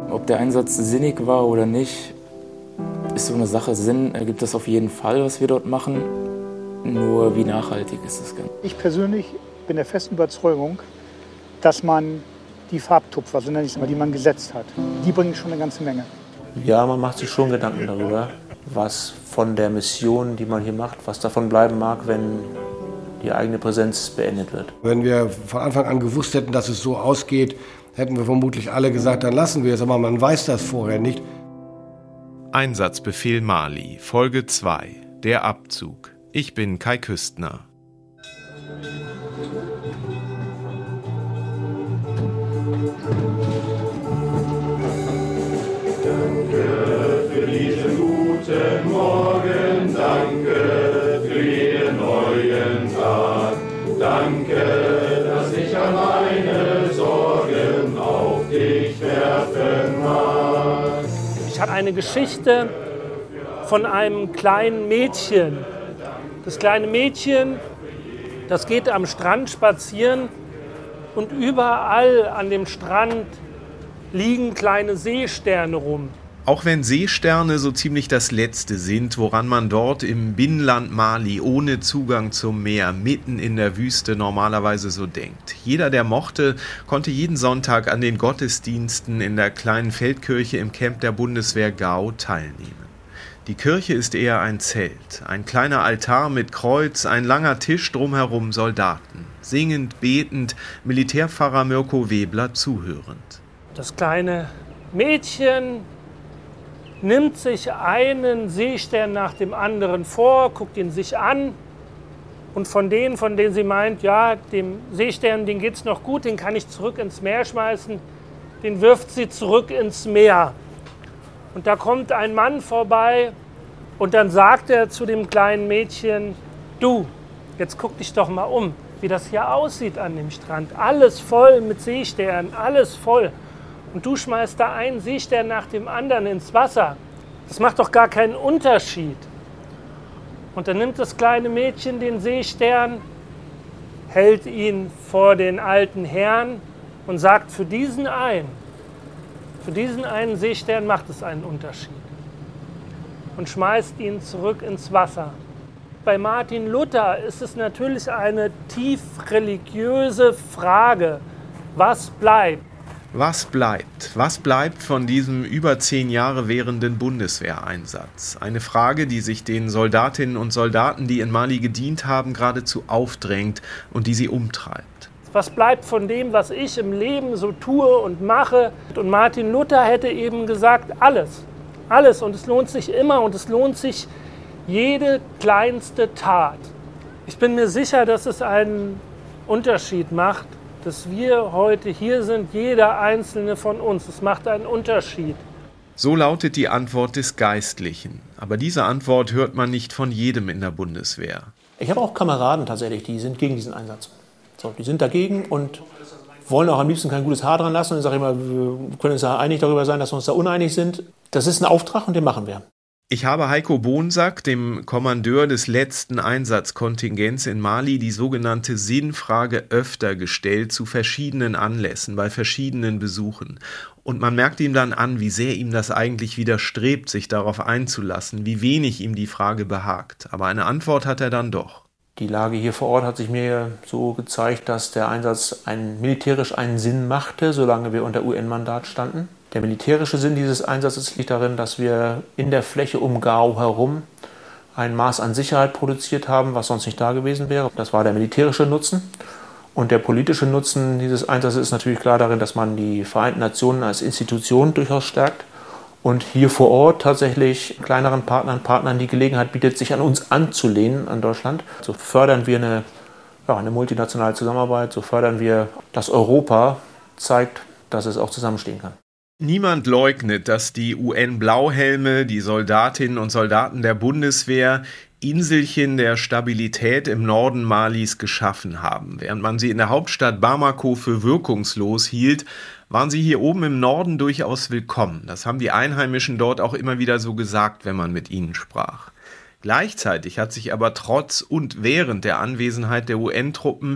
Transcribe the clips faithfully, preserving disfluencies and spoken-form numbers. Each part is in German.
Ob der Einsatz sinnig war oder nicht, ist so eine Sache. Sinn ergibt das auf jeden Fall, was wir dort machen. Nur wie nachhaltig ist das Ganze? Ich persönlich bin der festen Überzeugung, dass man die Farbtupfer, so nenne ich es mal, die man gesetzt hat, die bringen schon eine ganze Menge. Ja, man macht sich schon Gedanken darüber, was von der Mission, die man hier macht, was davon bleiben mag, wenn die eigene Präsenz beendet wird. Wenn wir von Anfang an gewusst hätten, dass es so ausgeht, hätten wir vermutlich alle gesagt, dann lassen wir es, aber man weiß das vorher nicht. Einsatzbefehl Mali, Folge zwei, der Abzug. Ich bin Kai Küstner. Danke für diesen guten Morgen, danke für jeden neuen Tag. Danke, dass ich all meine Sorgen auf dich werfen mag. Ich habe eine Geschichte von einem kleinen Mädchen. Das kleine Mädchen, das geht am Strand spazieren und überall an dem Strand liegen kleine Seesterne rum. Auch wenn Seesterne so ziemlich das Letzte sind, woran man dort im Binnenland Mali ohne Zugang zum Meer, mitten in der Wüste normalerweise so denkt. Jeder, der mochte, konnte jeden Sonntag an den Gottesdiensten in der kleinen Feldkirche im Camp der Bundeswehr Gao teilnehmen. Die Kirche ist eher ein Zelt, ein kleiner Altar mit Kreuz, ein langer Tisch, drumherum Soldaten. Singend, betend, Militärpfarrer Mirko Webler zuhörend. Das kleine Mädchen nimmt sich einen Seestern nach dem anderen vor, guckt ihn sich an und von denen, von denen sie meint, ja, dem Seestern, den geht's noch gut, den kann ich zurück ins Meer schmeißen, den wirft sie zurück ins Meer. Und da kommt ein Mann vorbei und dann sagt er zu dem kleinen Mädchen, du, jetzt guck dich doch mal um, wie das hier aussieht an dem Strand. Alles voll mit Seesternen, alles voll. Und du schmeißt da einen Seestern nach dem anderen ins Wasser. Das macht doch gar keinen Unterschied. Und dann nimmt das kleine Mädchen den Seestern, hält ihn vor den alten Herrn und sagt, für diesen einen, für diesen einen Seestern macht es einen Unterschied. Und schmeißt ihn zurück ins Wasser. Bei Martin Luther ist es natürlich eine tief religiöse Frage. Was bleibt? Was bleibt? Was bleibt von diesem über zehn Jahre währenden Bundeswehreinsatz? Eine Frage, die sich den Soldatinnen und Soldaten, die in Mali gedient haben, geradezu aufdrängt und die sie umtreibt. Was bleibt von dem, was ich im Leben so tue und mache? Und Martin Luther hätte eben gesagt, alles. Alles. Und es lohnt sich immer und es lohnt sich jede kleinste Tat. Ich bin mir sicher, dass es einen Unterschied macht, dass wir heute hier sind, jeder einzelne von uns. Es macht einen Unterschied. So lautet die Antwort des Geistlichen. Aber diese Antwort hört man nicht von jedem in der Bundeswehr. Ich habe auch Kameraden tatsächlich, die sind gegen diesen Einsatz. So, die sind dagegen und wollen auch am liebsten kein gutes Haar dran lassen. Und ich sage immer, wir können uns ja einig darüber sein, dass wir uns da uneinig sind. Das ist ein Auftrag und den machen wir. Ich habe Heiko Bonsack, dem Kommandeur des letzten Einsatzkontingents in Mali, die sogenannte Sinnfrage öfter gestellt, zu verschiedenen Anlässen, bei verschiedenen Besuchen. Und man merkt ihm dann an, wie sehr ihm das eigentlich widerstrebt, sich darauf einzulassen, wie wenig ihm die Frage behagt. Aber eine Antwort hat er dann doch. Die Lage hier vor Ort hat sich mir so gezeigt, dass der Einsatz einen, militärisch einen Sinn machte, solange wir unter U N-Mandat standen. Der militärische Sinn dieses Einsatzes liegt darin, dass wir in der Fläche um Gao herum ein Maß an Sicherheit produziert haben, was sonst nicht da gewesen wäre. Das war der militärische Nutzen. Und der politische Nutzen dieses Einsatzes ist natürlich klar darin, dass man die Vereinten Nationen als Institution durchaus stärkt und hier vor Ort tatsächlich kleineren Partnern, Partnern die Gelegenheit bietet, sich an uns anzulehnen, an Deutschland. So fördern wir eine, ja, eine multinationale Zusammenarbeit, so fördern wir, dass Europa zeigt, dass es auch zusammenstehen kann. Niemand leugnet, dass die U N-Blauhelme, die Soldatinnen und Soldaten der Bundeswehr, Inselchen der Stabilität im Norden Malis geschaffen haben. Während man sie in der Hauptstadt Bamako für wirkungslos hielt, waren sie hier oben im Norden durchaus willkommen. Das haben die Einheimischen dort auch immer wieder so gesagt, wenn man mit ihnen sprach. Gleichzeitig hat sich aber trotz und während der Anwesenheit der U N-Truppen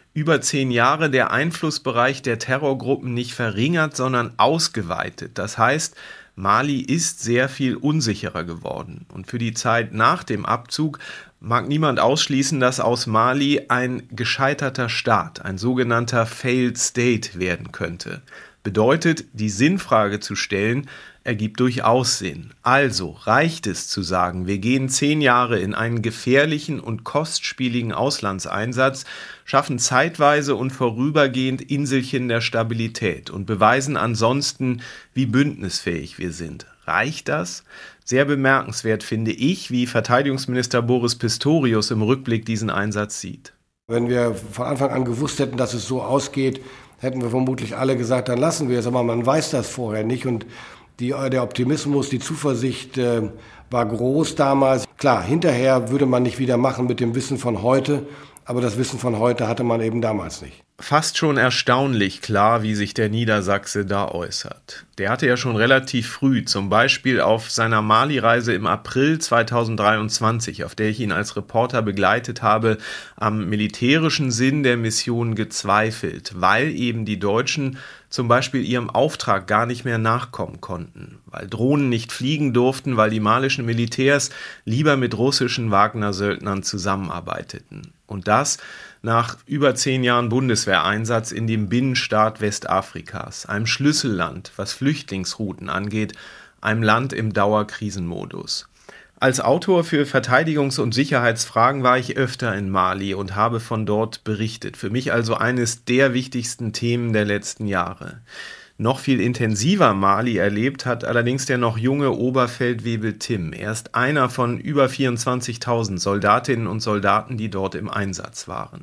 Über zehn Jahre der Einflussbereich der Terrorgruppen nicht verringert, sondern ausgeweitet. Das heißt, Mali ist sehr viel unsicherer geworden. Und für die Zeit nach dem Abzug mag niemand ausschließen, dass aus Mali ein gescheiterter Staat, ein sogenannter Failed State werden könnte. Bedeutet, die Sinnfrage zu stellen, ergibt durchaus Sinn. Also reicht es zu sagen, wir gehen zehn Jahre in einen gefährlichen und kostspieligen Auslandseinsatz, schaffen zeitweise und vorübergehend Inselchen der Stabilität und beweisen ansonsten, wie bündnisfähig wir sind. Reicht das? Sehr bemerkenswert finde ich, wie Verteidigungsminister Boris Pistorius im Rückblick diesen Einsatz sieht. Wenn wir von Anfang an gewusst hätten, dass es so ausgeht, hätten wir vermutlich alle gesagt, dann lassen wir es. Aber man weiß das vorher nicht. Und die, der Optimismus, die Zuversicht äh, war groß damals. Klar, hinterher würde man nicht wieder machen mit dem Wissen von heute. Aber das Wissen von heute hatte man eben damals nicht. Fast schon erstaunlich klar, wie sich der Niedersachse da äußert. Der hatte ja schon relativ früh, zum Beispiel auf seiner Mali-Reise im April zweitausenddreiundzwanzig, auf der ich ihn als Reporter begleitet habe, am militärischen Sinn der Mission gezweifelt, weil eben die Deutschen zum Beispiel ihrem Auftrag gar nicht mehr nachkommen konnten, weil Drohnen nicht fliegen durften, weil die malischen Militärs lieber mit russischen Wagner-Söldnern zusammenarbeiteten. Und das nach über zehn Jahren Bundeswehreinsatz in dem Binnenstaat Westafrikas, einem Schlüsselland, was Flüchtlingsrouten angeht, einem Land im Dauerkrisenmodus. Als Autor für Verteidigungs- und Sicherheitsfragen war ich öfter in Mali und habe von dort berichtet. Für mich also eines der wichtigsten Themen der letzten Jahre. Noch viel intensiver Mali erlebt hat allerdings der noch junge Oberfeldwebel Tim. Er ist einer von über vierundzwanzigtausend Soldatinnen und Soldaten, die dort im Einsatz waren.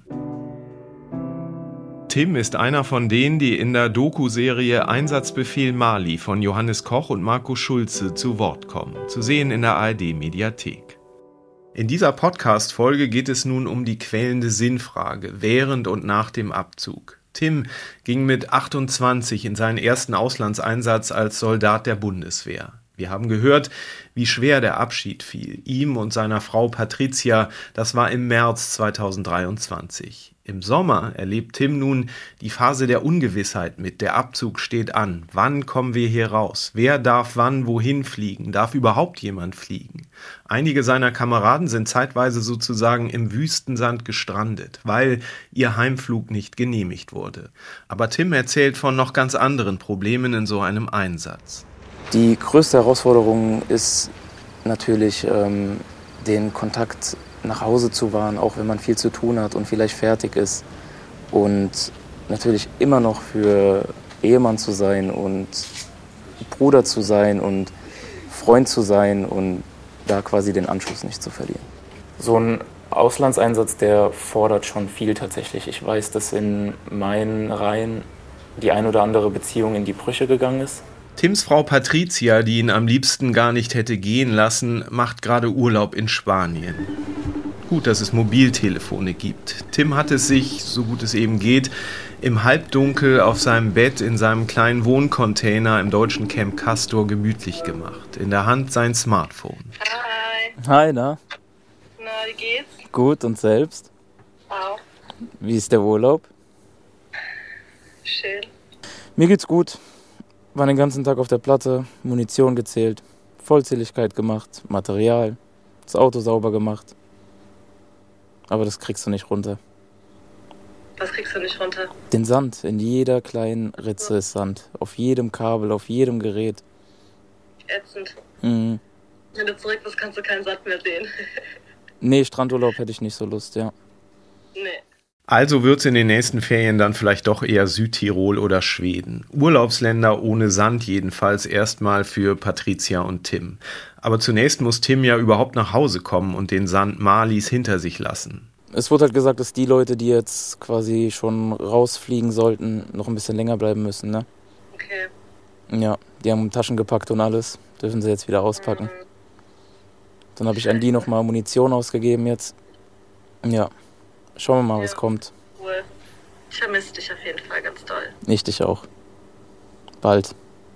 Tim ist einer von denen, die in der Doku-Serie Einsatzbefehl Mali von Johannes Koch und Marco Schulze zu Wort kommen. Zu sehen in der A R D-Mediathek. In dieser Podcast-Folge geht es nun um die quälende Sinnfrage während und nach dem Abzug. Tim ging mit achtundzwanzig in seinen ersten Auslandseinsatz als Soldat der Bundeswehr. Wir haben gehört, wie schwer der Abschied fiel, ihm und seiner Frau Patricia. Das war im März zweitausenddreiundzwanzig. Im Sommer erlebt Tim nun die Phase der Ungewissheit mit. Der Abzug steht an. Wann kommen wir hier raus? Wer darf wann wohin fliegen? Darf überhaupt jemand fliegen? Einige seiner Kameraden sind zeitweise sozusagen im Wüstensand gestrandet, weil ihr Heimflug nicht genehmigt wurde. Aber Tim erzählt von noch ganz anderen Problemen in so einem Einsatz. Die größte Herausforderung ist natürlich, ähm, den Kontakt nach Hause zu wahren, auch wenn man viel zu tun hat und vielleicht fertig ist. Und natürlich immer noch für Ehemann zu sein und Bruder zu sein und Freund zu sein und da quasi den Anschluss nicht zu verlieren. So ein Auslandseinsatz, der fordert schon viel tatsächlich. Ich weiß, dass in meinen Reihen die ein oder andere Beziehung in die Brüche gegangen ist. Tims Frau Patricia, die ihn am liebsten gar nicht hätte gehen lassen, macht gerade Urlaub in Spanien. Gut, dass es Mobiltelefone gibt. Tim hat es sich, so gut es eben geht, im Halbdunkel auf seinem Bett in seinem kleinen Wohncontainer im deutschen Camp Castor gemütlich gemacht. In der Hand sein Smartphone. Hi. Hi, na? Na, wie geht's? Gut, und selbst? Auch. Wie ist der Urlaub? Schön. Mir geht's gut. War den ganzen Tag auf der Platte, Munition gezählt, Vollzähligkeit gemacht, Material, das Auto sauber gemacht. Aber das kriegst du nicht runter. Was kriegst du nicht runter? Den Sand, in jeder kleinen Ritze ist Sand. Auf jedem Kabel, auf jedem Gerät. Ätzend. Mhm. Wenn du zurück bist, kannst du keinen Sand mehr sehen. Nee, Strandurlaub hätte ich nicht so Lust, ja. Nee. Also wird's in den nächsten Ferien dann vielleicht doch eher Südtirol oder Schweden. Urlaubsländer ohne Sand jedenfalls erstmal für Patricia und Tim. Aber zunächst muss Tim ja überhaupt nach Hause kommen und den Sand Malis hinter sich lassen. Es wurde halt gesagt, dass die Leute, die jetzt quasi schon rausfliegen sollten, noch ein bisschen länger bleiben müssen, ne? Okay. Ja, die haben Taschen gepackt und alles. Dürfen sie jetzt wieder auspacken. Mhm. Dann habe ich an die nochmal Munition ausgegeben jetzt. Ja. Schauen wir mal, was ja, kommt. Cool. Ich vermisse dich auf jeden Fall ganz doll. Ich dich auch. Bald.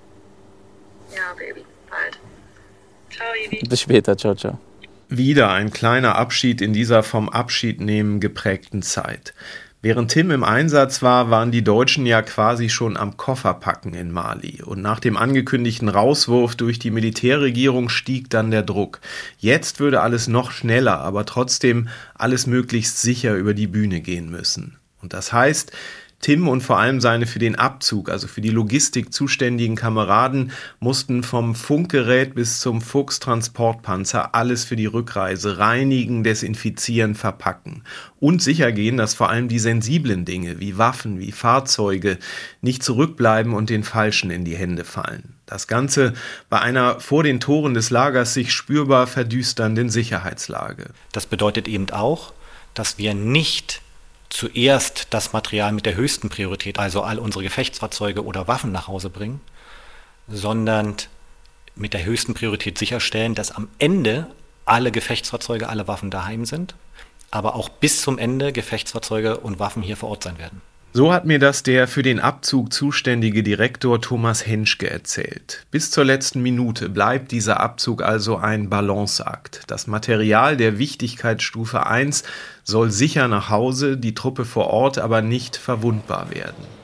Ja, Baby, bald. Ciao, Ivi. Bis später, ciao, ciao. Wieder ein kleiner Abschied in dieser vom Abschiednehmen geprägten Zeit. Während Tim im Einsatz war, waren die Deutschen ja quasi schon am Kofferpacken in Mali. Und nach dem angekündigten Rauswurf durch die Militärregierung stieg dann der Druck. Jetzt würde alles noch schneller, aber trotzdem alles möglichst sicher über die Bühne gehen müssen. Und das heißt, Tim und vor allem seine für den Abzug, also für die Logistik zuständigen Kameraden, mussten vom Funkgerät bis zum Fuchs-Transportpanzer alles für die Rückreise reinigen, desinfizieren, verpacken und sichergehen, dass vor allem die sensiblen Dinge wie Waffen, wie Fahrzeuge nicht zurückbleiben und den Falschen in die Hände fallen. Das Ganze bei einer vor den Toren des Lagers sich spürbar verdüsternden Sicherheitslage. Das bedeutet eben auch, dass wir nicht zuerst das Material mit der höchsten Priorität, also all unsere Gefechtsfahrzeuge oder Waffen nach Hause bringen, sondern mit der höchsten Priorität sicherstellen, dass am Ende alle Gefechtsfahrzeuge, alle Waffen daheim sind, aber auch bis zum Ende Gefechtsfahrzeuge und Waffen hier vor Ort sein werden. So hat mir das der für den Abzug zuständige Direktor Thomas Henschke erzählt. Bis zur letzten Minute bleibt dieser Abzug also ein Balanceakt. Das Material der Wichtigkeitsstufe eins soll sicher nach Hause, die Truppe vor Ort aber nicht verwundbar werden.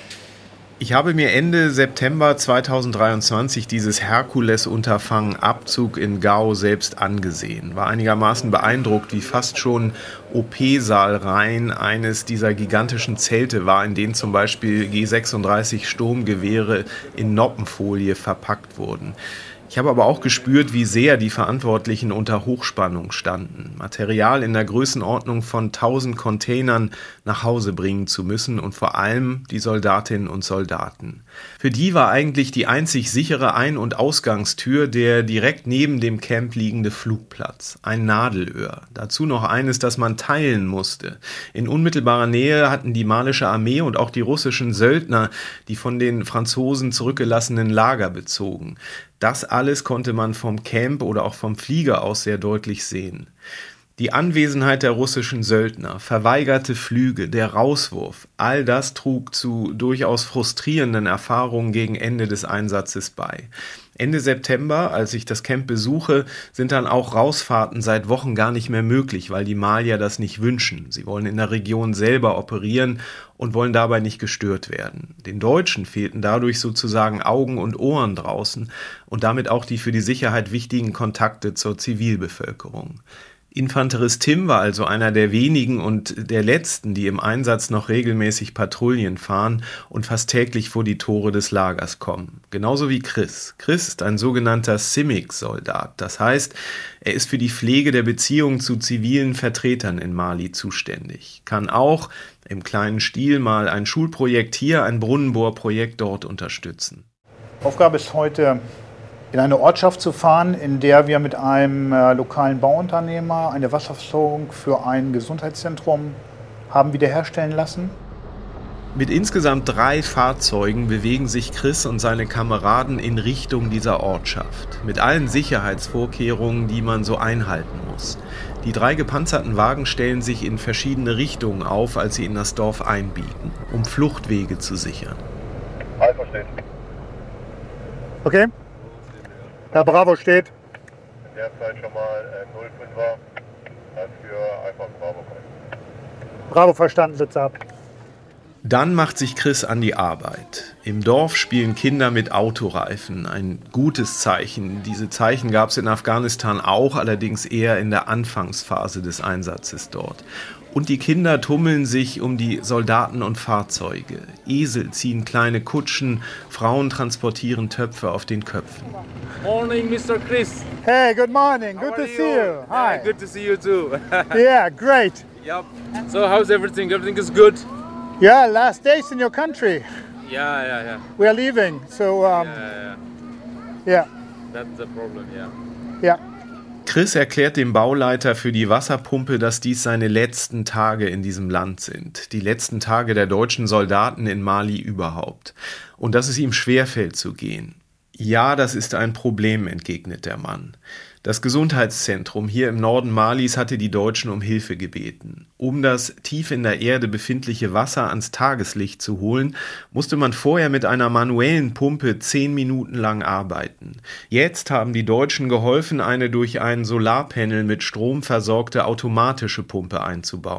Ich habe mir Ende September zweitausenddreiundzwanzig dieses Herkules-Unterfangen Abzug in Gao selbst angesehen, war einigermaßen beeindruckt, wie fast schon O P-Saalreihen eines dieser gigantischen Zelte war, in denen zum Beispiel G sechsunddreißig Sturmgewehre in Noppenfolie verpackt wurden. Ich habe aber auch gespürt, wie sehr die Verantwortlichen unter Hochspannung standen, Material in der Größenordnung von tausend Containern nach Hause bringen zu müssen und vor allem die Soldatinnen und Soldaten. Für die war eigentlich die einzig sichere Ein- und Ausgangstür der direkt neben dem Camp liegende Flugplatz, ein Nadelöhr. Dazu noch eines, das man teilen musste. In unmittelbarer Nähe hatten die malische Armee und auch die russischen Söldner die von den Franzosen zurückgelassenen Lager bezogen. Das alles konnte man vom Camp oder auch vom Flieger aus sehr deutlich sehen. Die Anwesenheit der russischen Söldner, verweigerte Flüge, der Rauswurf, all das trug zu durchaus frustrierenden Erfahrungen gegen Ende des Einsatzes bei. Ende September, als ich das Camp besuche, sind dann auch Rausfahrten seit Wochen gar nicht mehr möglich, weil die Malier das nicht wünschen. Sie wollen in der Region selber operieren und wollen dabei nicht gestört werden. Den Deutschen fehlten dadurch sozusagen Augen und Ohren draußen und damit auch die für die Sicherheit wichtigen Kontakte zur Zivilbevölkerung. Infanterist Tim war also einer der wenigen und der letzten, die im Einsatz noch regelmäßig Patrouillen fahren und fast täglich vor die Tore des Lagers kommen. Genauso wie Chris. Chris ist ein sogenannter C I M I C-Soldat. Das heißt, er ist für die Pflege der Beziehungen zu zivilen Vertretern in Mali zuständig. Kann auch im kleinen Stil mal ein Schulprojekt hier, ein Brunnenbohrprojekt dort unterstützen. Aufgabe ist heute, in eine Ortschaft zu fahren, in der wir mit einem äh, lokalen Bauunternehmer eine Wasserversorgung für ein Gesundheitszentrum haben wiederherstellen lassen. Mit insgesamt drei Fahrzeugen bewegen sich Chris und seine Kameraden in Richtung dieser Ortschaft, mit allen Sicherheitsvorkehrungen, die man so einhalten muss. Die drei gepanzerten Wagen stellen sich in verschiedene Richtungen auf, als sie in das Dorf einbiegen, um Fluchtwege zu sichern. Alpha steht. Okay. Herr Bravo steht. Derzeit schon mal äh, null fünfer für Alpha Bravo. Bravo verstanden, Sitz ab. Dann macht sich Chris an die Arbeit. Im Dorf spielen Kinder mit Autoreifen, ein gutes Zeichen. Diese Zeichen gab es in Afghanistan auch, allerdings eher in der Anfangsphase des Einsatzes dort. Und die Kinder tummeln sich um die Soldaten und Fahrzeuge. Esel ziehen kleine Kutschen, Frauen transportieren Töpfe auf den Köpfen. Morning, Mister Chris. Hey, good morning. Good How to are see you? you. Hi. Yeah, good to see you too. Yeah, great. Yep. So how's everything? Everything is good? Yeah, last days in your country. Yeah, yeah, yeah. We are leaving, so um, Yeah, yeah. yeah, That's the problem, yeah. yeah. Chris erklärt dem Bauleiter für die Wasserpumpe, dass dies seine letzten Tage in diesem Land sind. Die letzten Tage der deutschen Soldaten in Mali überhaupt. Und dass es ihm schwerfällt zu gehen. Ja, das ist ein Problem, entgegnet der Mann. Das Gesundheitszentrum hier im Norden Malis hatte die Deutschen um Hilfe gebeten. Um das tief in der Erde befindliche Wasser ans Tageslicht zu holen, musste man vorher mit einer manuellen Pumpe zehn Minuten lang arbeiten. Jetzt haben die Deutschen geholfen, eine durch ein Solarpanel mit Strom versorgte automatische Pumpe einzubauen.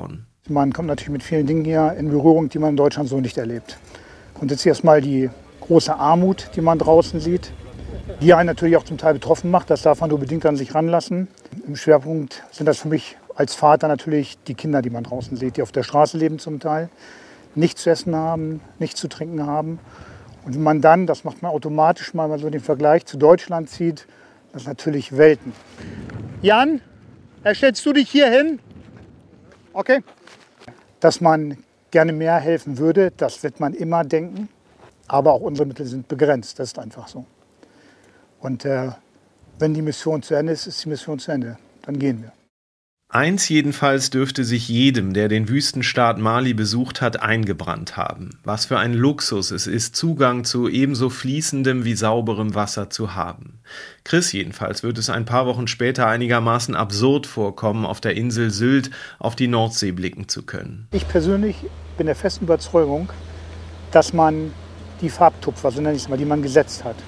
Man kommt natürlich mit vielen Dingen hier in Berührung, die man in Deutschland so nicht erlebt. Und jetzt erstmal die große Armut, die man draußen sieht, die einen natürlich auch zum Teil betroffen macht. Das darf man nur bedingt an sich ranlassen. Im Schwerpunkt sind das für mich als Vater natürlich die Kinder, die man draußen sieht, die auf der Straße leben zum Teil, nichts zu essen haben, nichts zu trinken haben. Und wenn man dann, das macht man automatisch mal, wenn man so den Vergleich zu Deutschland zieht, das ist natürlich Welten. Jan, stellst du dich hier hin? Okay. Dass man gerne mehr helfen würde, das wird man immer denken. Aber auch unsere Mittel sind begrenzt, das ist einfach so. Und äh, wenn die Mission zu Ende ist, ist die Mission zu Ende. Dann gehen wir. Eins jedenfalls dürfte sich jedem, der den Wüstenstaat Mali besucht hat, eingebrannt haben. Was für ein Luxus es ist, Zugang zu ebenso fließendem wie sauberem Wasser zu haben. Chris jedenfalls wird es ein paar Wochen später einigermaßen absurd vorkommen, auf der Insel Sylt auf die Nordsee blicken zu können. Ich persönlich bin der festen Überzeugung, dass man die Farbtupfer, so nenne ich es mal, die man gesetzt hat,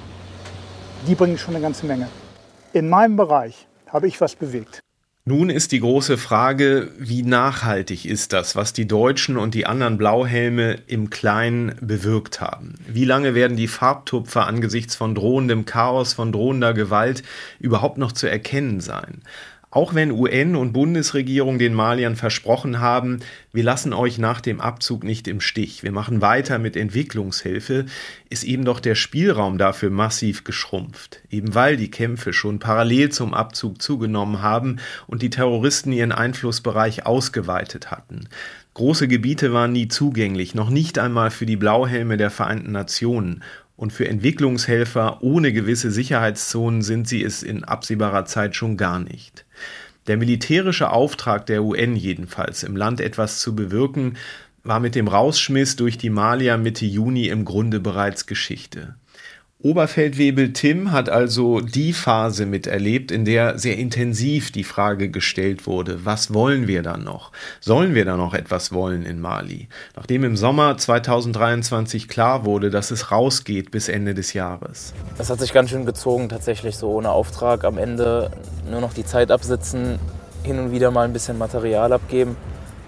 die bringen schon eine ganze Menge. In meinem Bereich habe ich was bewegt. Nun ist die große Frage, wie nachhaltig ist das, was die Deutschen und die anderen Blauhelme im Kleinen bewirkt haben? Wie lange werden die Farbtupfer angesichts von drohendem Chaos, von drohender Gewalt überhaupt noch zu erkennen sein? Auch wenn U N und Bundesregierung den Maliern versprochen haben, wir lassen euch nach dem Abzug nicht im Stich, wir machen weiter mit Entwicklungshilfe, ist eben doch der Spielraum dafür massiv geschrumpft. Eben weil die Kämpfe schon parallel zum Abzug zugenommen haben und die Terroristen ihren Einflussbereich ausgeweitet hatten. Große Gebiete waren nie zugänglich, noch nicht einmal für die Blauhelme der Vereinten Nationen. Und für Entwicklungshelfer ohne gewisse Sicherheitszonen sind sie es in absehbarer Zeit schon gar nicht. Der militärische Auftrag der U N jedenfalls, im Land etwas zu bewirken, war mit dem Rausschmiss durch die Malier Mitte Juni im Grunde bereits Geschichte. Oberfeldwebel Tim hat also die Phase miterlebt, in der sehr intensiv die Frage gestellt wurde, was wollen wir da noch? Sollen wir da noch etwas wollen in Mali? Nachdem im Sommer zweitausenddreiundzwanzig klar wurde, dass es rausgeht bis Ende des Jahres. Das hat sich ganz schön gezogen, tatsächlich so ohne Auftrag. Am Ende nur noch die Zeit absitzen, hin und wieder mal ein bisschen Material abgeben.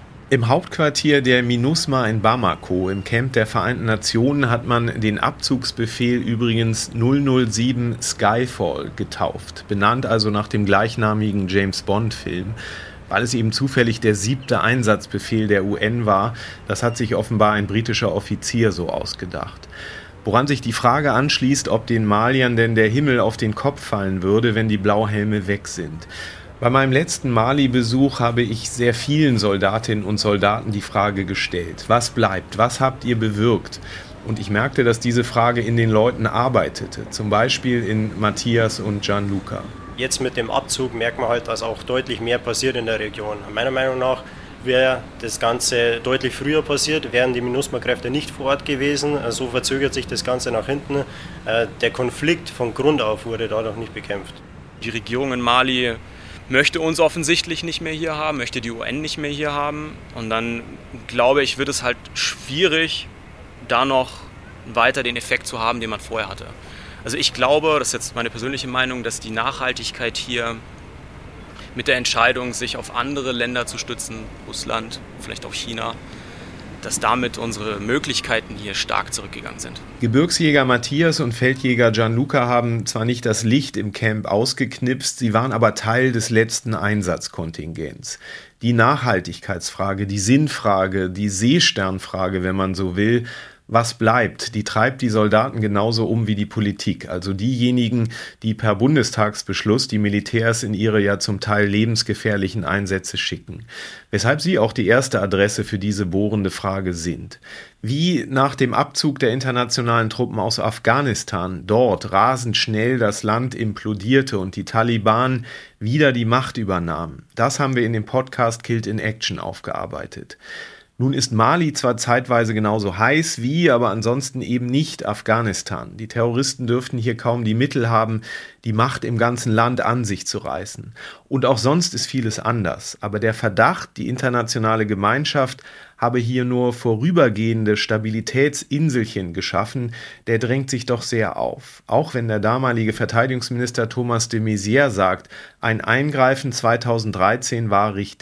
Im Hauptquartier der MINUSMA in Bamako, im Camp der Vereinten Nationen, hat man den Abzugsbefehl übrigens null null sieben Skyfall getauft, benannt also nach dem gleichnamigen James-Bond-Film, weil es eben zufällig der siebte Einsatzbefehl der U N war. Das hat sich offenbar ein britischer Offizier so ausgedacht. Woran sich die Frage anschließt, ob den Maliern denn der Himmel auf den Kopf fallen würde, wenn die Blauhelme weg sind. Bei meinem letzten Mali-Besuch habe ich sehr vielen Soldatinnen und Soldaten die Frage gestellt, was bleibt, was habt ihr bewirkt? Und ich merkte, dass diese Frage in den Leuten arbeitete, zum Beispiel in Matthias und Gianluca. Jetzt mit dem Abzug merkt man halt, dass auch deutlich mehr passiert in der Region. Meiner Meinung nach wäre das Ganze deutlich früher passiert, wären die MINUSMA-Kräfte nicht vor Ort gewesen. So verzögert sich das Ganze nach hinten. Der Konflikt von Grund auf wurde dadurch nicht bekämpft. Die Regierung in Mali möchte uns offensichtlich nicht mehr hier haben, möchte die U N nicht mehr hier haben. Und dann, glaube ich, wird es halt schwierig, da noch weiter den Effekt zu haben, den man vorher hatte. Also ich glaube, das ist jetzt meine persönliche Meinung, dass die Nachhaltigkeit hier mit der Entscheidung, sich auf andere Länder zu stützen, Russland, vielleicht auch China, dass damit unsere Möglichkeiten hier stark zurückgegangen sind. Gebirgsjäger Matthias und Feldjäger Gianluca haben zwar nicht das Licht im Camp ausgeknipst, sie waren aber Teil des letzten Einsatzkontingents. Die Nachhaltigkeitsfrage, die Sinnfrage, die Seesternfrage, wenn man so will, was bleibt, die treibt die Soldaten genauso um wie die Politik, also diejenigen, die per Bundestagsbeschluss die Militärs in ihre ja zum Teil lebensgefährlichen Einsätze schicken. Weshalb sie auch die erste Adresse für diese bohrende Frage sind. Wie nach dem Abzug der internationalen Truppen aus Afghanistan dort rasend schnell das Land implodierte und die Taliban wieder die Macht übernahmen. Das haben wir in dem Podcast Killed in Action aufgearbeitet. Nun ist Mali zwar zeitweise genauso heiß wie, aber ansonsten eben nicht Afghanistan. Die Terroristen dürften hier kaum die Mittel haben, die Macht im ganzen Land an sich zu reißen. Und auch sonst ist vieles anders. Aber der Verdacht, die internationale Gemeinschaft habe hier nur vorübergehende Stabilitätsinselchen geschaffen, der drängt sich doch sehr auf. Auch wenn der damalige Verteidigungsminister Thomas de Maizière sagt, ein Eingreifen zweitausenddreizehn war richtig.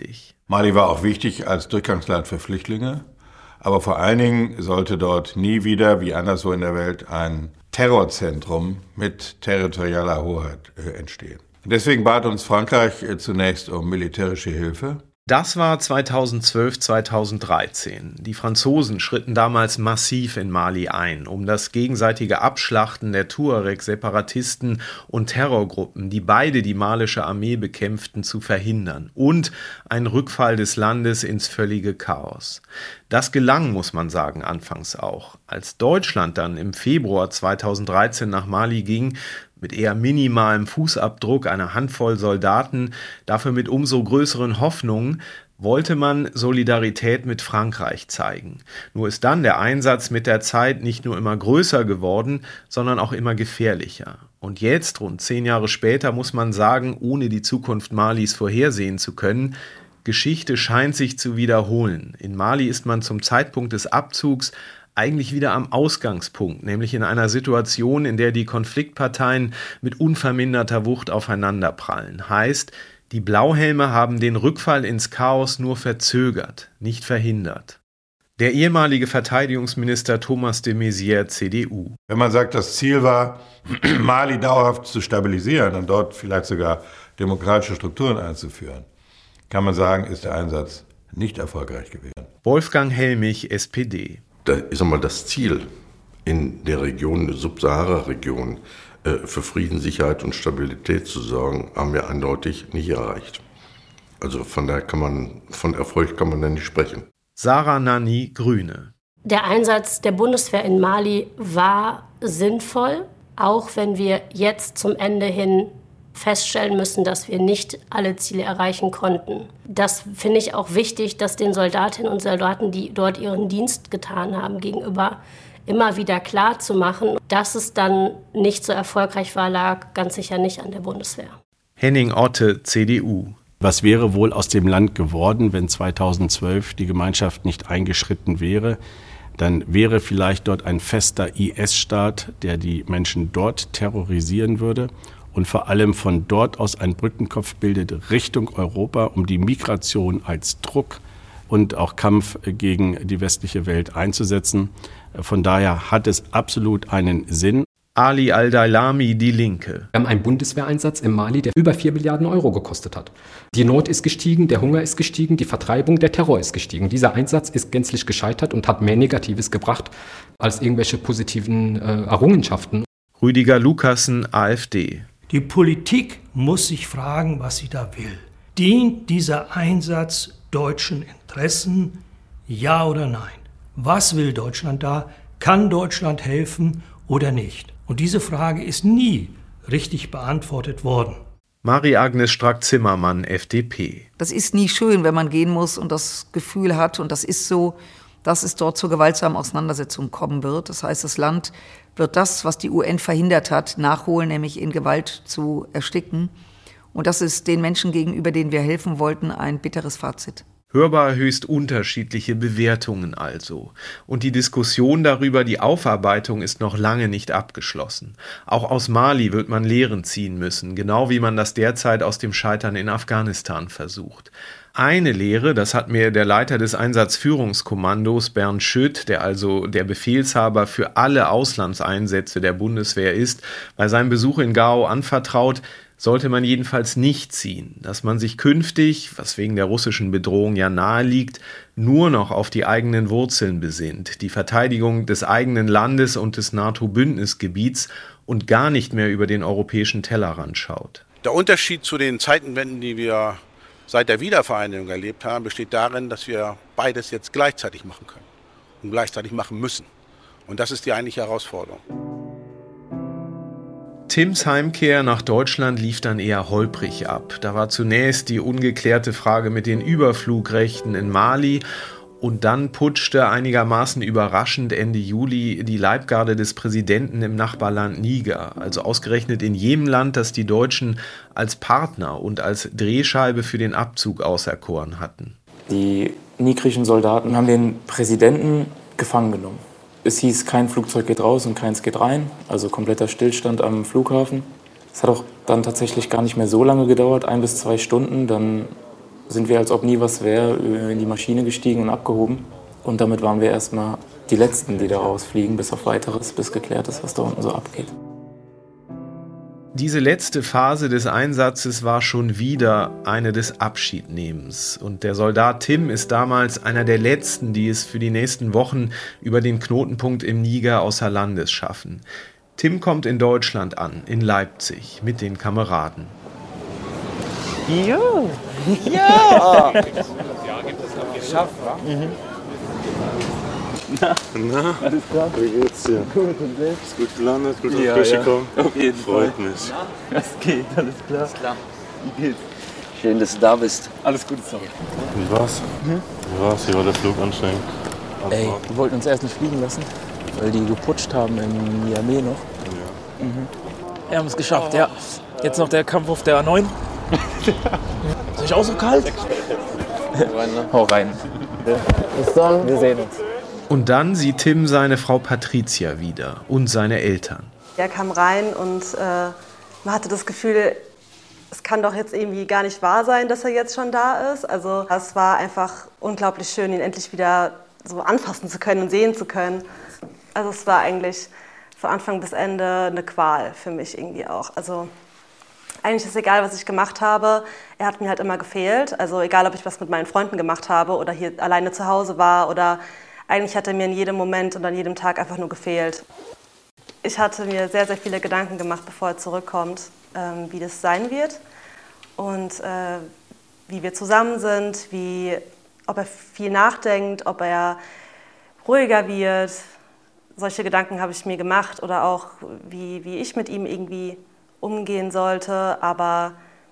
Mali war auch wichtig als Durchgangsland für Flüchtlinge. Aber vor allen Dingen sollte dort nie wieder, wie anderswo in der Welt, ein Terrorzentrum mit territorialer Hoheit entstehen. Deswegen bat uns Frankreich zunächst um militärische Hilfe. Das war zweitausendzwölf, zweitausenddreizehn. Die Franzosen schritten damals massiv in Mali ein, um das gegenseitige Abschlachten der Tuareg-Separatisten und Terrorgruppen, die beide die malische Armee bekämpften, zu verhindern und einen Rückfall des Landes ins völlige Chaos. Das gelang, muss man sagen, anfangs auch. Als Deutschland dann im Februar zweitausenddreizehn nach Mali ging, mit eher minimalem Fußabdruck, einer Handvoll Soldaten, dafür mit umso größeren Hoffnungen, wollte man Solidarität mit Frankreich zeigen. Nur ist dann der Einsatz mit der Zeit nicht nur immer größer geworden, sondern auch immer gefährlicher. Und jetzt, rund zehn Jahre später, muss man sagen, ohne die Zukunft Malis vorhersehen zu können, Geschichte scheint sich zu wiederholen. In Mali ist man zum Zeitpunkt des Abzugs eigentlich wieder am Ausgangspunkt, nämlich in einer Situation, in der die Konfliktparteien mit unverminderter Wucht aufeinanderprallen. Heißt, die Blauhelme haben den Rückfall ins Chaos nur verzögert, nicht verhindert. Der ehemalige Verteidigungsminister Thomas de Maizière, C D U. Wenn man sagt, das Ziel war, Mali dauerhaft zu stabilisieren und dort vielleicht sogar demokratische Strukturen einzuführen, kann man sagen, ist der Einsatz nicht erfolgreich gewesen. Wolfgang Helmich, S P D. Da ist einmal das Ziel in der Region, der Sub-Sahara-Region, äh, für Frieden, Sicherheit und Stabilität zu sorgen, haben wir eindeutig nicht erreicht. Also von daher kann man, von Erfolg kann man da nicht sprechen. Sarah Nanni, Grüne. Der Einsatz der Bundeswehr in Mali war sinnvoll, auch wenn wir jetzt zum Ende hin feststellen müssen, dass wir nicht alle Ziele erreichen konnten. Das finde ich auch wichtig, dass den Soldatinnen und Soldaten, die dort ihren Dienst getan haben, gegenüber immer wieder klar zu machen, dass es dann nicht so erfolgreich war, lag ganz sicher nicht an der Bundeswehr. Henning Otte, C D U. Was wäre wohl aus dem Land geworden, wenn zweitausendzwölf die Gemeinschaft nicht eingeschritten wäre? Dann wäre vielleicht dort ein fester I S-Staat, der die Menschen dort terrorisieren würde und vor allem von dort aus einen Brückenkopf bildet Richtung Europa, um die Migration als Druck und auch Kampf gegen die westliche Welt einzusetzen. Von daher hat es absolut einen Sinn. Ali Al-Dailami, Die Linke. Wir haben einen Bundeswehreinsatz in Mali, der über vier Milliarden Euro gekostet hat. Die Not ist gestiegen, der Hunger ist gestiegen, die Vertreibung, der Terror ist gestiegen. Dieser Einsatz ist gänzlich gescheitert und hat mehr Negatives gebracht als irgendwelche positiven äh, Errungenschaften. Rüdiger Lukassen, AfD. Die Politik muss sich fragen, was sie da will. Dient dieser Einsatz deutschen Interessen? Ja oder nein? Was will Deutschland da? Kann Deutschland helfen oder nicht? Und diese Frage ist nie richtig beantwortet worden. Marie-Agnes Strack-Zimmermann, F D P. Das ist nie schön, wenn man gehen muss und das Gefühl hat, und das ist so, dass es dort zu gewaltsamen Auseinandersetzungen kommen wird. Das heißt, das Land wird das, was die U N verhindert hat, nachholen, nämlich in Gewalt zu ersticken. Und das ist den Menschen gegenüber, denen wir helfen wollten, ein bitteres Fazit. Hörbar höchst unterschiedliche Bewertungen also. Und die Diskussion darüber, die Aufarbeitung ist noch lange nicht abgeschlossen. Auch aus Mali wird man Lehren ziehen müssen, genau wie man das derzeit aus dem Scheitern in Afghanistan versucht. Eine Lehre, das hat mir der Leiter des Einsatzführungskommandos Bernd Schütt, der also der Befehlshaber für alle Auslandseinsätze der Bundeswehr ist, bei seinem Besuch in Gao anvertraut, sollte man jedenfalls nicht ziehen, dass man sich künftig, was wegen der russischen Bedrohung ja nahe liegt, nur noch auf die eigenen Wurzeln besinnt, die Verteidigung des eigenen Landes und des NATO-Bündnisgebiets und gar nicht mehr über den europäischen Tellerrand schaut. Der Unterschied zu den Zeitenwenden, die wir seit der Wiedervereinigung erlebt haben, besteht darin, dass wir beides jetzt gleichzeitig machen können und gleichzeitig machen müssen. Und das ist die eigentliche Herausforderung. Tims Heimkehr nach Deutschland lief dann eher holprig ab. Da war zunächst die ungeklärte Frage mit den Überflugrechten in Mali und dann putschte einigermaßen überraschend Ende Juli die Leibgarde des Präsidenten im Nachbarland Niger, also ausgerechnet in jenem Land, das die Deutschen als Partner und als Drehscheibe für den Abzug auserkoren hatten. Die nigerischen Soldaten haben den Präsidenten gefangen genommen. Es hieß, kein Flugzeug geht raus und keins geht rein, also kompletter Stillstand am Flughafen. Es hat auch dann tatsächlich gar nicht mehr so lange gedauert, ein bis zwei Stunden. Dann sind wir, als ob nie was wäre, in die Maschine gestiegen und abgehoben. Und damit waren wir erstmal die Letzten, die da rausfliegen, bis auf Weiteres, bis geklärt ist, was da unten so abgeht. Diese letzte Phase des Einsatzes war schon wieder eine des Abschiednehmens. Und der Soldat Tim ist damals einer der Letzten, die es für die nächsten Wochen über den Knotenpunkt im Niger außer Landes schaffen. Tim kommt in Deutschland an, in Leipzig, mit den Kameraden. Jo! Ja! Geschafft, wa? Mhm. Na, Na? Alles klar? Wie geht's dir? Gut, und selbst? Ist gut gelandet, gut ja, durchgekommen? Ja. Auf jeden Freut Fall. mich. Was geht? Alles klar? Alles klar. Wie geht's? Schön, dass du da bist. Alles gut, sorry. Wie war's? Hm? Wie war's? Wie war der Flug anstrengend? Ey, wir wollten uns erst nicht fliegen lassen, weil die geputscht haben in Niamey noch. Ja. Mhm. Wir haben es geschafft, ja. Jetzt noch der Kampf auf der A neun. Ist euch auch so kalt? Hau rein. Bis dann. Wir sehen uns. Und dann sieht Tim seine Frau Patricia wieder und seine Eltern. Er kam rein und äh, man hatte das Gefühl, es kann doch jetzt irgendwie gar nicht wahr sein, dass er jetzt schon da ist. Also es war einfach unglaublich schön, ihn endlich wieder so anfassen zu können und sehen zu können. Also es war eigentlich von Anfang bis Ende eine Qual für mich irgendwie auch. Also eigentlich ist es egal, was ich gemacht habe. Er hat mir halt immer gefehlt. Also egal, ob ich was mit meinen Freunden gemacht habe oder hier alleine zu Hause war oder eigentlich hat er mir in jedem Moment und an jedem Tag einfach nur gefehlt. Ich hatte mir sehr, sehr viele Gedanken gemacht, bevor er zurückkommt, ähm, wie das sein wird und äh, wie wir zusammen sind, wie, ob er viel nachdenkt, ob er ruhiger wird. Solche Gedanken habe ich mir gemacht oder auch, wie, wie ich mit ihm irgendwie umgehen sollte, aber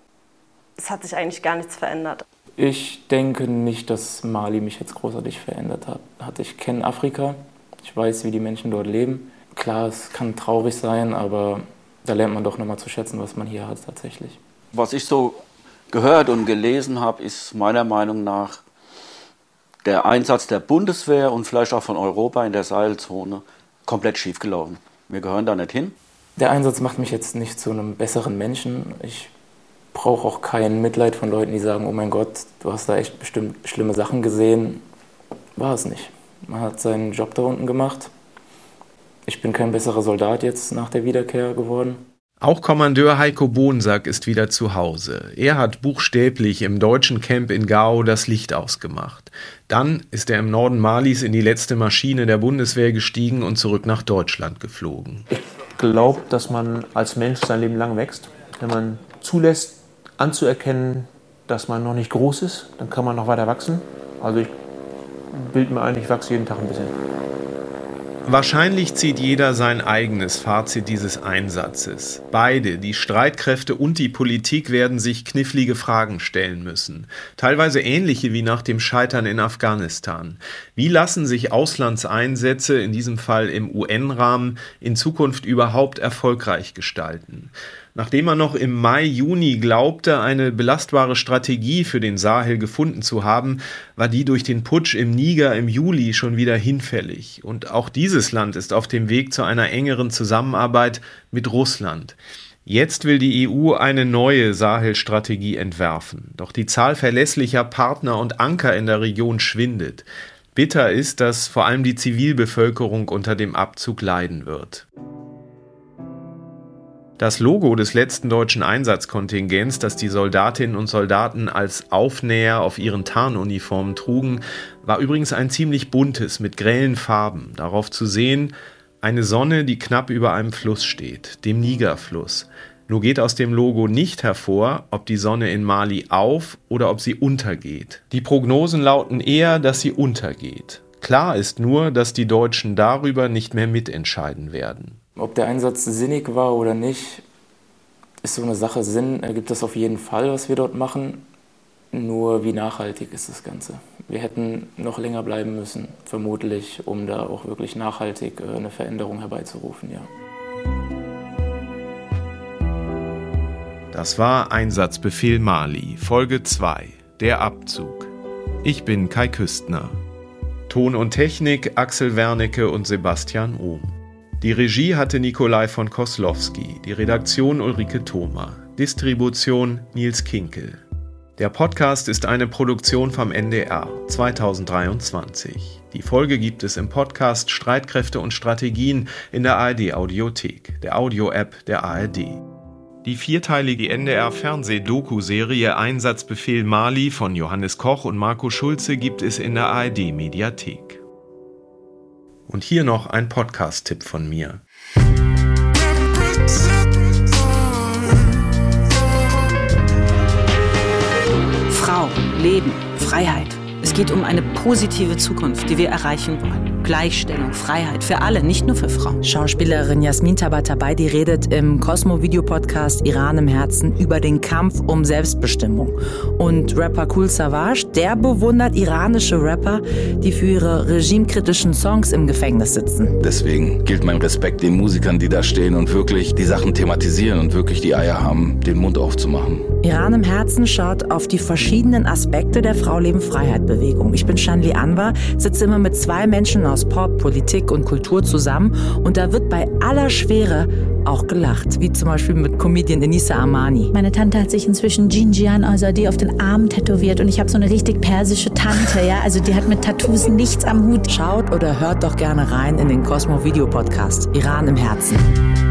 es hat sich eigentlich gar nichts verändert. Ich denke nicht, dass Mali mich jetzt großartig verändert hat. Ich kenne Afrika, ich weiß, wie die Menschen dort leben. Klar, es kann traurig sein, aber da lernt man doch nochmal zu schätzen, was man hier hat tatsächlich. Was ich so gehört und gelesen habe, ist meiner Meinung nach der Einsatz der Bundeswehr und vielleicht auch von Europa in der Sahelzone komplett schiefgelaufen. Wir gehören da nicht hin. Der Einsatz macht mich jetzt nicht zu einem besseren Menschen. Ich brauche auch kein Mitleid von Leuten, die sagen, oh mein Gott, du hast da echt bestimmt schlimme Sachen gesehen. War es nicht. Man hat seinen Job da unten gemacht. Ich bin kein besserer Soldat jetzt nach der Wiederkehr geworden. Auch Kommandeur Heiko Bonsack ist wieder zu Hause. Er hat buchstäblich im deutschen Camp in Gao das Licht ausgemacht. Dann ist er im Norden Malis in die letzte Maschine der Bundeswehr gestiegen und zurück nach Deutschland geflogen. Ich glaube, dass man als Mensch sein Leben lang wächst. Wenn man zulässt, anzuerkennen, dass man noch nicht groß ist, dann kann man noch weiter wachsen. Also ich bilde mir ein, ich wachse jeden Tag ein bisschen. Wahrscheinlich zieht jeder sein eigenes Fazit dieses Einsatzes. Beide, die Streitkräfte und die Politik, werden sich knifflige Fragen stellen müssen. Teilweise ähnliche wie nach dem Scheitern in Afghanistan. Wie lassen sich Auslandseinsätze, in diesem Fall im U N-Rahmen, in Zukunft überhaupt erfolgreich gestalten? Nachdem man noch im Mai, Juni glaubte, eine belastbare Strategie für den Sahel gefunden zu haben, war die durch den Putsch im Niger im Juli schon wieder hinfällig. Und auch dieses Land ist auf dem Weg zu einer engeren Zusammenarbeit mit Russland. Jetzt will die E U eine neue Sahel-Strategie entwerfen. Doch die Zahl verlässlicher Partner und Anker in der Region schwindet. Bitter ist, dass vor allem die Zivilbevölkerung unter dem Abzug leiden wird. Das Logo des letzten deutschen Einsatzkontingents, das die Soldatinnen und Soldaten als Aufnäher auf ihren Tarnuniformen trugen, war übrigens ein ziemlich buntes mit grellen Farben. Darauf zu sehen, eine Sonne, die knapp über einem Fluss steht, dem Nigerfluss. Nur geht aus dem Logo nicht hervor, ob die Sonne in Mali auf- oder ob sie untergeht. Die Prognosen lauten eher, dass sie untergeht. Klar ist nur, dass die Deutschen darüber nicht mehr mitentscheiden werden. Ob der Einsatz sinnig war oder nicht, ist so eine Sache. Sinn ergibt das auf jeden Fall, was wir dort machen. Nur wie nachhaltig ist das Ganze? Wir hätten noch länger bleiben müssen, vermutlich, um da auch wirklich nachhaltig eine Veränderung herbeizurufen, ja. Das war Einsatzbefehl Mali, Folge zwei, der Abzug. Ich bin Kai Küstner. Ton und Technik Axel Wernicke und Sebastian Ohm. Die Regie hatte Nikolai von Koslowski, die Redaktion Ulrike Thoma, Distribution Nils Kinkel. Der Podcast ist eine Produktion vom N D R zweitausenddreiundzwanzig. Die Folge gibt es im Podcast Streitkräfte und Strategien in der A R D-Audiothek, der Audio-App der A R D. Die vierteilige N D R-Fernseh-Doku-Serie Einsatzbefehl Mali von Johannes Koch und Marco Schulze gibt es in der A R D-Mediathek. Und hier noch ein Podcast-Tipp von mir. Frau, Leben, Freiheit. Es geht um eine positive Zukunft, die wir erreichen wollen. Gleichstellung, Freiheit für alle, nicht nur für Frauen. Schauspielerin Jasmin Tabatabai, redet im Cosmo-Video-Podcast Iran im Herzen über den Kampf um Selbstbestimmung. Und Rapper Kool Savas, der bewundert iranische Rapper, die für ihre regimekritischen Songs im Gefängnis sitzen. Deswegen gilt mein Respekt den Musikern, die da stehen und wirklich die Sachen thematisieren und wirklich die Eier haben, den Mund aufzumachen. Iran im Herzen schaut auf die verschiedenen Aspekte der Frau-Leben-Freiheit-Bewegung. Ich bin Shanli Anwar, sitze immer mit zwei Menschen aus Pop, Politik und Kultur zusammen und da wird bei aller Schwere auch gelacht, wie zum Beispiel mit Comedian Enisa Amani. Meine Tante hat sich inzwischen Jinjian Azadeh auf den Arm tätowiert und ich habe so eine richtig persische Tante, ja, also die hat mit Tattoos nichts am Hut. Schaut oder hört doch gerne rein in den Cosmo Video Podcast Iran im Herzen.